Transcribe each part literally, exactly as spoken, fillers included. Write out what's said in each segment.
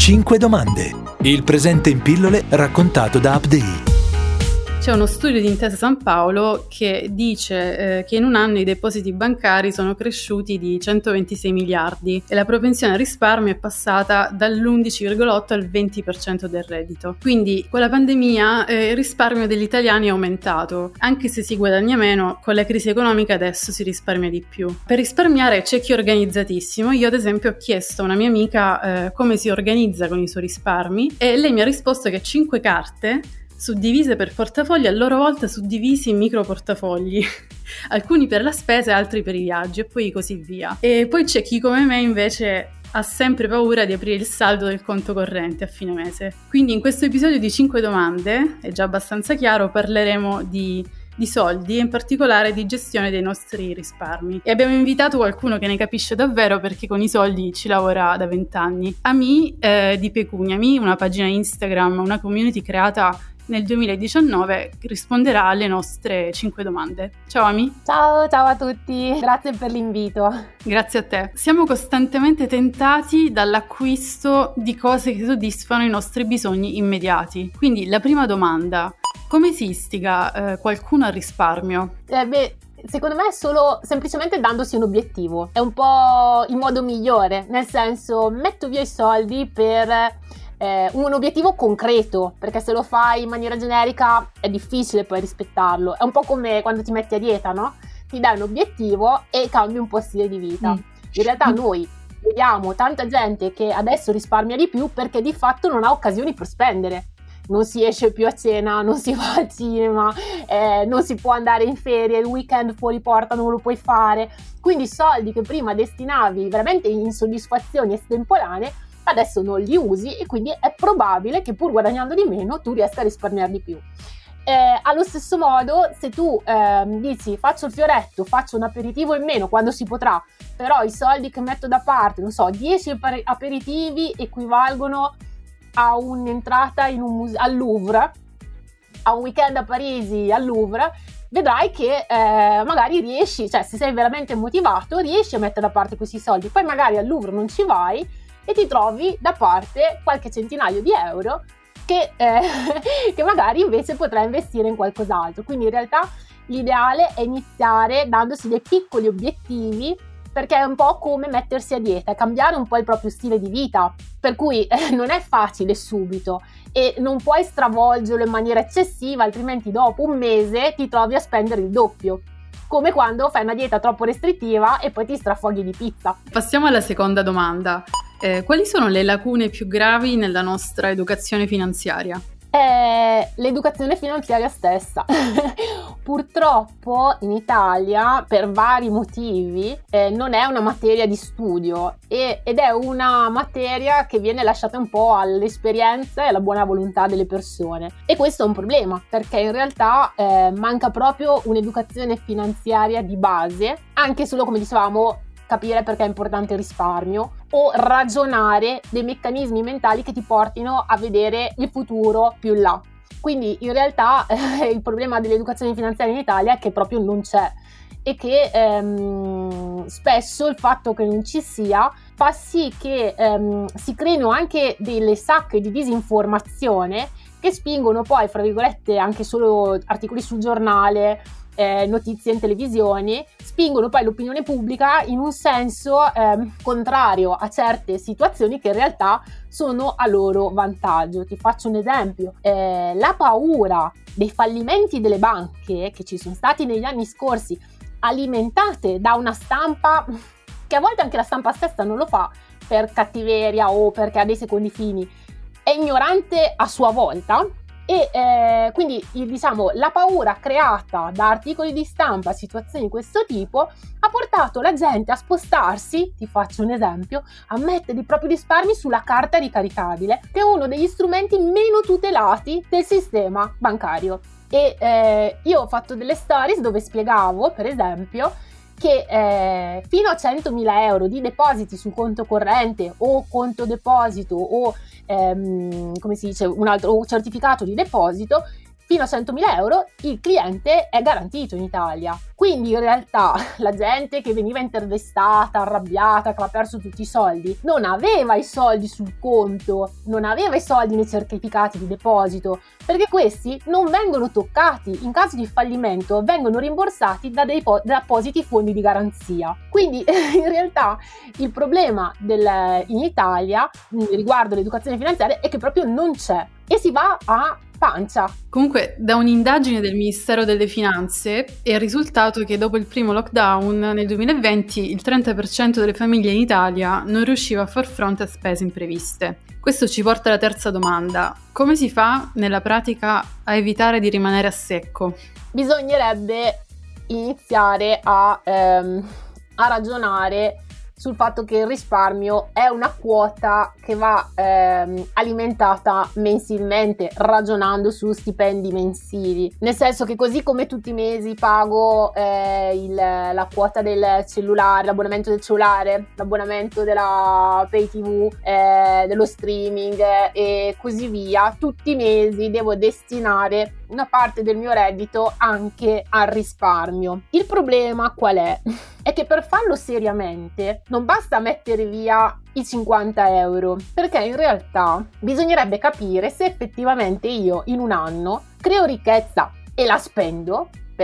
cinque domande. Il presente in pillole raccontato da Update. C'è uno studio di Intesa Sanpaolo che dice eh, che in un anno i depositi bancari sono cresciuti di centoventisei miliardi e la propensione al risparmio è passata dall'undici virgola otto al venti per cento del reddito. Quindi con la pandemia eh, il risparmio degli italiani è aumentato, anche se si guadagna meno, con la crisi economica adesso si risparmia di più. Per risparmiare c'è chi è organizzatissimo. Io ad esempio ho chiesto a una mia amica eh, come si organizza con i suoi risparmi e lei mi ha risposto che cinque carte suddivise per portafogli, a loro volta suddivisi in micro portafogli, alcuni per la spesa e altri per i viaggi e poi così via. E poi c'è chi come me invece ha sempre paura di aprire il saldo del conto corrente a fine mese. Quindi in questo episodio di cinque domande, è già abbastanza chiaro, parleremo di, di soldi e in particolare di gestione dei nostri risparmi. E abbiamo invitato qualcuno che ne capisce davvero perché con i soldi ci lavora da vent'anni. Ami eh, di Pecuniami, una pagina Instagram, una community creata nel duemiladiciannove, risponderà alle nostre cinque domande. Ciao Ami! Ciao, ciao a tutti, grazie per l'invito. Grazie a te. Siamo costantemente tentati dall'acquisto di cose che soddisfano i nostri bisogni immediati. Quindi la prima domanda: come si istiga eh, qualcuno al risparmio? Eh beh, secondo me è solo semplicemente dandosi un obiettivo. È un po' il modo migliore, nel senso, metto via i soldi per Eh, un obiettivo concreto, perché se lo fai in maniera generica è difficile poi rispettarlo. È un po' come quando ti metti a dieta, no? Ti dai un obiettivo e cambi un po' stile di vita. Mm. In realtà noi vediamo tanta gente che adesso risparmia di più perché di fatto non ha occasioni per spendere. Non si esce più a cena, non si va al cinema, eh, non si può andare in ferie, il weekend fuori porta non lo puoi fare. Quindi soldi che prima destinavi veramente in soddisfazioni estemporanee adesso non li usi e quindi è probabile che pur guadagnando di meno tu riesca a risparmiare di più. Eh, allo stesso modo, se tu eh, dici faccio il fioretto, faccio un aperitivo in meno quando si potrà, però i soldi che metto da parte, non so, dieci aperitivi equivalgono a un'entrata in un muse- al Louvre, a un weekend a Parigi al Louvre, vedrai che eh, magari riesci, cioè se sei veramente motivato, riesci a mettere da parte questi soldi, poi magari al Louvre non ci vai e ti trovi da parte qualche centinaio di euro che, eh, che magari invece potrai investire in qualcos'altro. Quindi in realtà l'ideale è iniziare dandosi dei piccoli obiettivi, perché è un po' come mettersi a dieta, cambiare un po' il proprio stile di vita, per cui eh, non è facile subito e non puoi stravolgerlo in maniera eccessiva, altrimenti dopo un mese ti trovi a spendere il doppio. Come quando fai una dieta troppo restrittiva e poi ti strafoghi di pizza. Passiamo alla seconda domanda. Eh, quali sono le lacune più gravi nella nostra educazione finanziaria? È l'educazione finanziaria stessa. Purtroppo in Italia, per vari motivi, eh, non è una materia di studio e, ed è una materia che viene lasciata un po' all'esperienza e alla buona volontà delle persone. E questo è un problema, perché in realtà eh, manca proprio un'educazione finanziaria di base, anche solo, come dicevamo, capire perché è importante il risparmio o ragionare dei meccanismi mentali che ti portino a vedere il futuro più in là. Quindi in realtà eh, il problema dell'educazione finanziaria in Italia è che proprio non c'è e che ehm, spesso il fatto che non ci sia fa sì che ehm, si creino anche delle sacche di disinformazione che spingono poi, fra virgolette, anche solo articoli sul giornale, Eh, notizie in televisione, spingono poi l'opinione pubblica in un senso eh, contrario a certe situazioni che in realtà sono a loro vantaggio. Ti faccio un esempio: eh, la paura dei fallimenti delle banche che ci sono stati negli anni scorsi, alimentate da una stampa che a volte anche la stampa stessa non lo fa per cattiveria o perché ha dei secondi fini, è ignorante a sua volta. E eh, quindi diciamo la paura creata da articoli di stampa, situazioni di questo tipo, ha portato la gente a spostarsi, ti faccio un esempio, a mettere i propri risparmi sulla carta ricaricabile, che è uno degli strumenti meno tutelati del sistema bancario. E eh, io ho fatto delle stories dove spiegavo, per esempio, che eh, fino a centomila euro di depositi sul conto corrente o conto deposito o ehm, come si dice un altro un certificato di deposito, fino a centomila euro il cliente è garantito in Italia. Quindi in realtà la gente che veniva intervistata, arrabbiata, che aveva perso tutti i soldi, non aveva i soldi sul conto, non aveva i soldi nei certificati di deposito, perché questi non vengono toccati. In caso di fallimento vengono rimborsati da dei po- da appositi fondi di garanzia. Quindi in realtà il problema del, in Italia riguardo l'educazione finanziaria è che proprio non c'è e si va a pancia. Comunque, da un'indagine del Ministero delle Finanze è risultato che dopo il primo lockdown nel duemilaventi il trenta per cento delle famiglie in Italia non riusciva a far fronte a spese impreviste. Questo ci porta alla terza domanda: come si fa nella pratica a evitare di rimanere a secco? Bisognerebbe iniziare a, ehm, a ragionare sul fatto che il risparmio è una quota che va ehm, alimentata mensilmente, ragionando su stipendi mensili, nel senso che così come tutti i mesi pago eh, il, la quota del cellulare, l'abbonamento del cellulare, l'abbonamento della pay tv, eh, dello streaming eh, e così via, tutti i mesi devo destinare una parte del mio reddito anche al risparmio. Il problema qual è? È che per farlo seriamente non basta mettere via i cinquanta euro, perché in realtà bisognerebbe capire se effettivamente io in un anno creo ricchezza e la spendo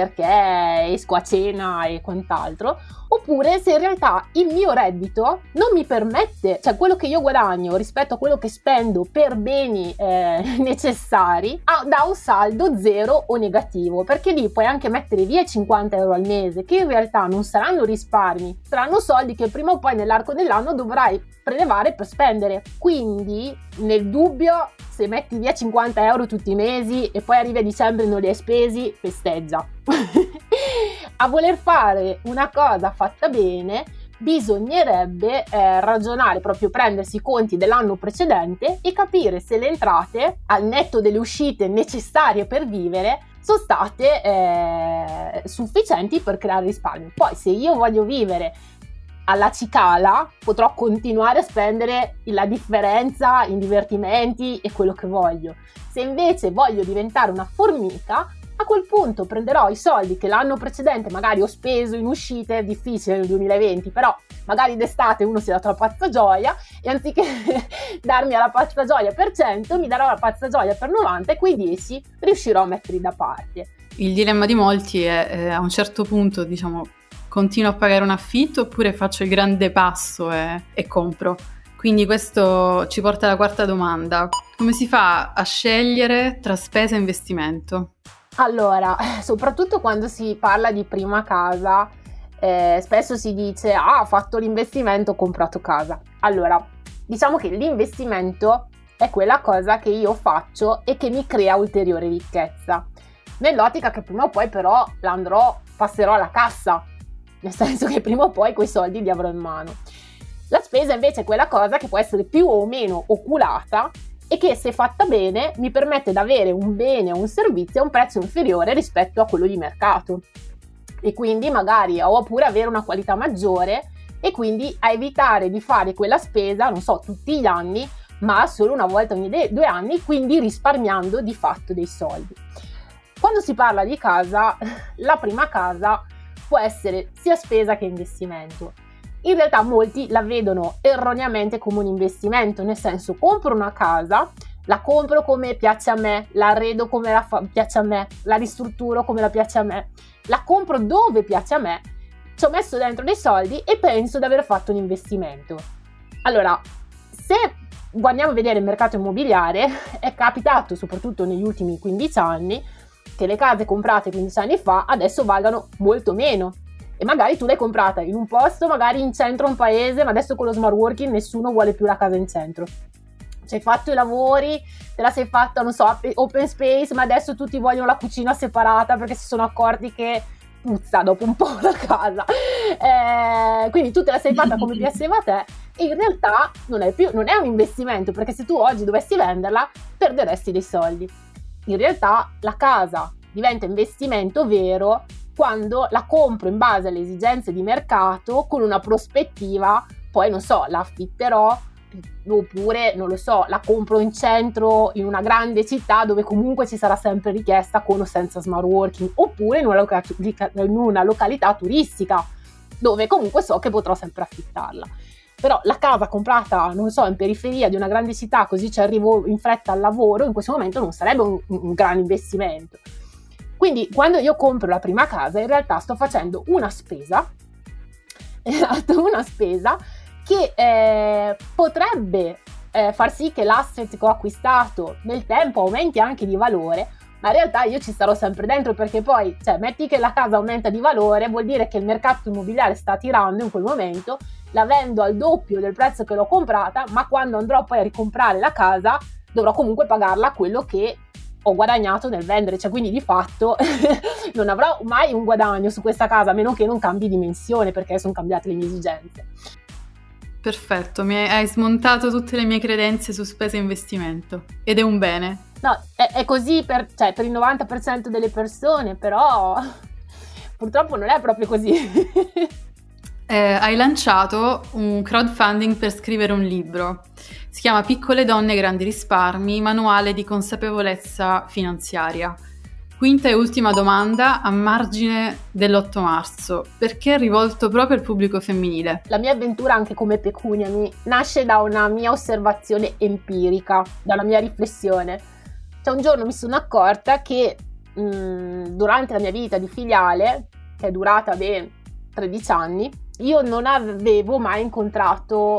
perché esco a cena e quant'altro, oppure se in realtà il mio reddito non mi permette, cioè quello che io guadagno rispetto a quello che spendo per beni eh, necessari, ha, dà un saldo zero o negativo, perché lì puoi anche mettere via i cinquanta euro al mese, che in realtà non saranno risparmi, saranno soldi che prima o poi nell'arco dell'anno dovrai prelevare per spendere. Quindi nel dubbio, se metti via cinquanta euro tutti i mesi e poi arrivi a dicembre e non li hai spesi, festeggia. A voler fare una cosa fatta bene bisognerebbe eh, ragionare, proprio prendersi i conti dell'anno precedente e capire se le entrate, al netto delle uscite necessarie per vivere, sono state eh, sufficienti per creare risparmio. Poi se io voglio vivere alla cicala potrò continuare a spendere la differenza in divertimenti e quello che voglio. Se invece voglio diventare una formica, a quel punto prenderò i soldi che l'anno precedente magari ho speso in uscite, è difficile nel duemilaventi, però magari d'estate uno si è dato la pazza gioia e anziché darmi la pazza gioia per cento mi darò la pazza gioia per novanta e quei dieci riuscirò a metterli da parte. Il dilemma di molti è eh, a un certo punto, diciamo, continuo a pagare un affitto oppure faccio il grande passo e, e compro. Quindi questo ci porta alla quarta domanda: come si fa a scegliere tra spesa e investimento? Allora, soprattutto quando si parla di prima casa, eh, spesso si dice ah, ho fatto l'investimento, ho comprato casa. Allora, diciamo che l'investimento è quella cosa che io faccio e che mi crea ulteriore ricchezza, nell'ottica che prima o poi però l'andrò, passerò alla cassa, nel senso che prima o poi quei soldi li avrò in mano. La spesa invece è quella cosa che può essere più o meno oculata e che, se fatta bene, mi permette di avere un bene o un servizio a un prezzo inferiore rispetto a quello di mercato, e quindi magari o oppure avere una qualità maggiore, e quindi a evitare di fare quella spesa, non so, tutti gli anni, ma solo una volta ogni de- due anni, quindi risparmiando di fatto dei soldi. Quando si parla di casa, la prima casa può essere sia spesa che investimento. In realtà molti la vedono erroneamente come un investimento, nel senso: compro una casa, la compro come piace a me, la arredo come la fa- piace a me, la ristrutturo come la piace a me, la compro dove piace a me, ci ho messo dentro dei soldi e penso di aver fatto un investimento. Allora, se guardiamo a vedere il mercato immobiliare, è capitato soprattutto negli ultimi quindici anni che le case comprate quindici anni fa adesso valgano molto meno. E magari tu l'hai comprata in un posto, magari in centro a un paese, ma adesso con lo smart working nessuno vuole più la casa in centro. Ci hai fatto i lavori, te la sei fatta, non so, open space, ma adesso tutti vogliono la cucina separata perché si sono accorti che puzza dopo un po' la casa. Eh, quindi tu te la sei fatta come piaceva a te e in realtà non è più, non è un investimento, perché se tu oggi dovessi venderla perderesti dei soldi. In realtà la casa diventa investimento vero quando la compro in base alle esigenze di mercato, con una prospettiva, poi non so, la affitterò oppure, non lo so, la compro in centro, in una grande città dove comunque ci sarà sempre richiesta con o senza smart working, oppure in una, loca- in una località turistica dove comunque so che potrò sempre affittarla. Però la casa comprata, non so, in periferia di una grande città, così ci arrivo in fretta al lavoro, in questo momento non sarebbe un, un gran investimento. Quindi quando io compro la prima casa, in realtà sto facendo una spesa, una spesa che eh, potrebbe eh, far sì che l'asset che ho acquistato nel tempo aumenti anche di valore, ma in realtà io ci starò sempre dentro, perché poi, cioè, metti che la casa aumenta di valore, vuol dire che il mercato immobiliare sta tirando in quel momento, la vendo al doppio del prezzo che l'ho comprata, ma quando andrò poi a ricomprare la casa dovrò comunque pagarla quello che ho guadagnato nel vendere, cioè quindi di fatto non avrò mai un guadagno su questa casa, a meno che non cambi dimensione, perché sono cambiate le mie esigenze. Perfetto, mi hai smontato tutte le mie credenze su spese e investimento, ed è un bene. No, è, è così per, cioè, per il novanta per cento delle persone, però purtroppo non è proprio così. eh, hai lanciato un crowdfunding per scrivere un libro. Si chiama Piccole donne, grandi risparmi, manuale di consapevolezza finanziaria. Quinta e ultima domanda, a margine dell'otto marzo. Perché è rivolto proprio al pubblico femminile? La mia avventura anche come Pecuniami nasce da una mia osservazione empirica, da una mia riflessione. Cioè un giorno mi sono accorta che mh, durante la mia vita di filiale, che è durata ben tredici anni, io non avevo mai incontrato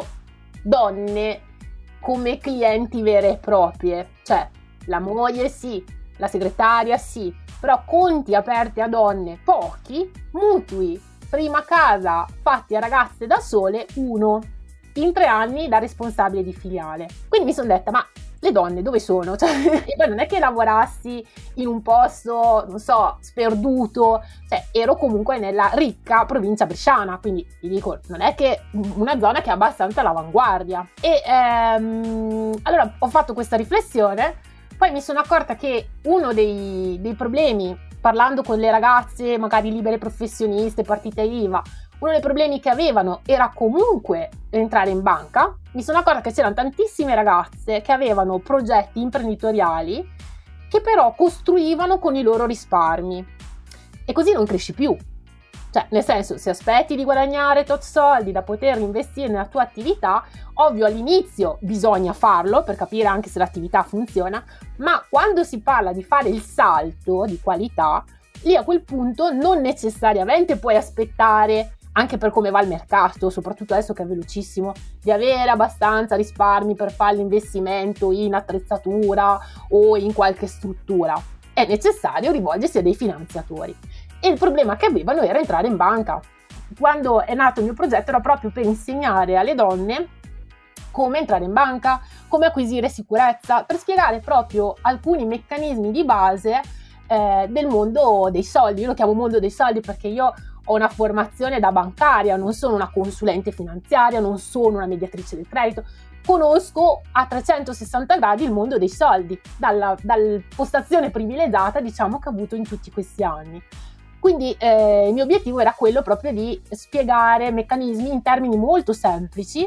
donne come clienti vere e proprie. Cioè la moglie sì, la segretaria sì, però conti aperti a donne pochi, mutui, prima casa fatti a ragazze da sole uno, in tre anni da responsabile di filiale. Quindi mi sono detta, ma le donne dove sono? Cioè, e poi non è che lavorassi in un posto, non so, sperduto, cioè ero comunque nella ricca provincia bresciana, quindi vi dico, non è che una zona che è abbastanza all'avanguardia. E ehm, allora ho fatto questa riflessione. Poi mi sono accorta che uno dei, dei problemi, parlando con le ragazze, magari libere professioniste, partite I V A, uno dei problemi che avevano era comunque entrare in banca. Mi sono accorta che c'erano tantissime ragazze che avevano progetti imprenditoriali che però costruivano con i loro risparmi. E così non cresci più. Cioè, nel senso, se aspetti di guadagnare tot soldi da poter investire nella tua attività, ovvio all'inizio bisogna farlo per capire anche se l'attività funziona, ma quando si parla di fare il salto di qualità, lì a quel punto non necessariamente puoi aspettare, anche per come va il mercato, soprattutto adesso che è velocissimo, di avere abbastanza risparmi per fare l'investimento in attrezzatura o in qualche struttura. È necessario rivolgersi a dei finanziatori. E il problema che avevano era entrare in banca. Quando è nato il mio progetto era proprio per insegnare alle donne come entrare in banca, come acquisire sicurezza, per spiegare proprio alcuni meccanismi di base eh, del mondo dei soldi. Io lo chiamo mondo dei soldi perché io ho una formazione da bancaria, non sono una consulente finanziaria, non sono una mediatrice del credito, conosco a trecentosessanta gradi il mondo dei soldi, dalla, dalla postazione privilegiata, diciamo, che ho avuto in tutti questi anni. Quindi eh, il mio obiettivo era quello proprio di spiegare meccanismi in termini molto semplici,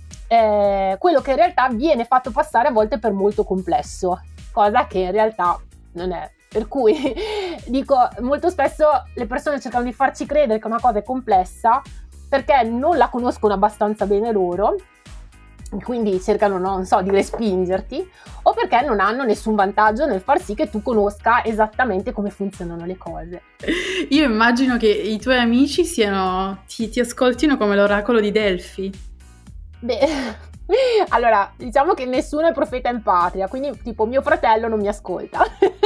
eh, quello che in realtà viene fatto passare a volte per molto complesso, cosa che in realtà non è. Per cui dico, molto spesso le persone cercano di farci credere che una cosa è complessa perché non la conoscono abbastanza bene loro, quindi cercano, non so, di respingerti, o perché non hanno nessun vantaggio nel far sì che tu conosca esattamente come funzionano le cose. Io immagino che i tuoi amici siano ti, ti ascoltino come l'oracolo di Delfi. Beh, allora, diciamo che nessuno è profeta in patria, quindi tipo mio fratello non mi ascolta.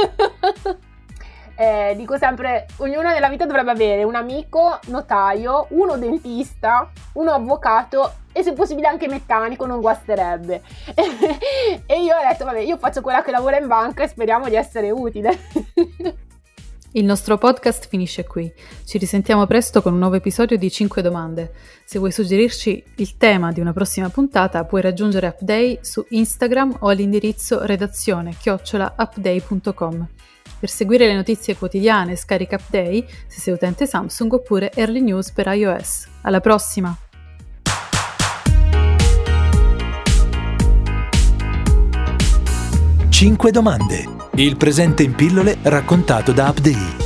Eh, dico sempre, ognuno nella vita dovrebbe avere un amico notaio, uno dentista, uno avvocato e se possibile anche meccanico, non guasterebbe. E io ho detto, vabbè, io faccio quella che lavora in banca e speriamo di essere utile. Il nostro podcast finisce qui. Ci risentiamo presto con un nuovo episodio di cinque domande. Se vuoi suggerirci il tema di una prossima puntata, puoi raggiungere Upday su Instagram o all'indirizzo redazione chiocciola upday punto com. Per seguire le notizie quotidiane scarica Upday se sei utente Samsung oppure Early News per iOS. Alla prossima! cinque domande. Il presente in pillole raccontato da Update.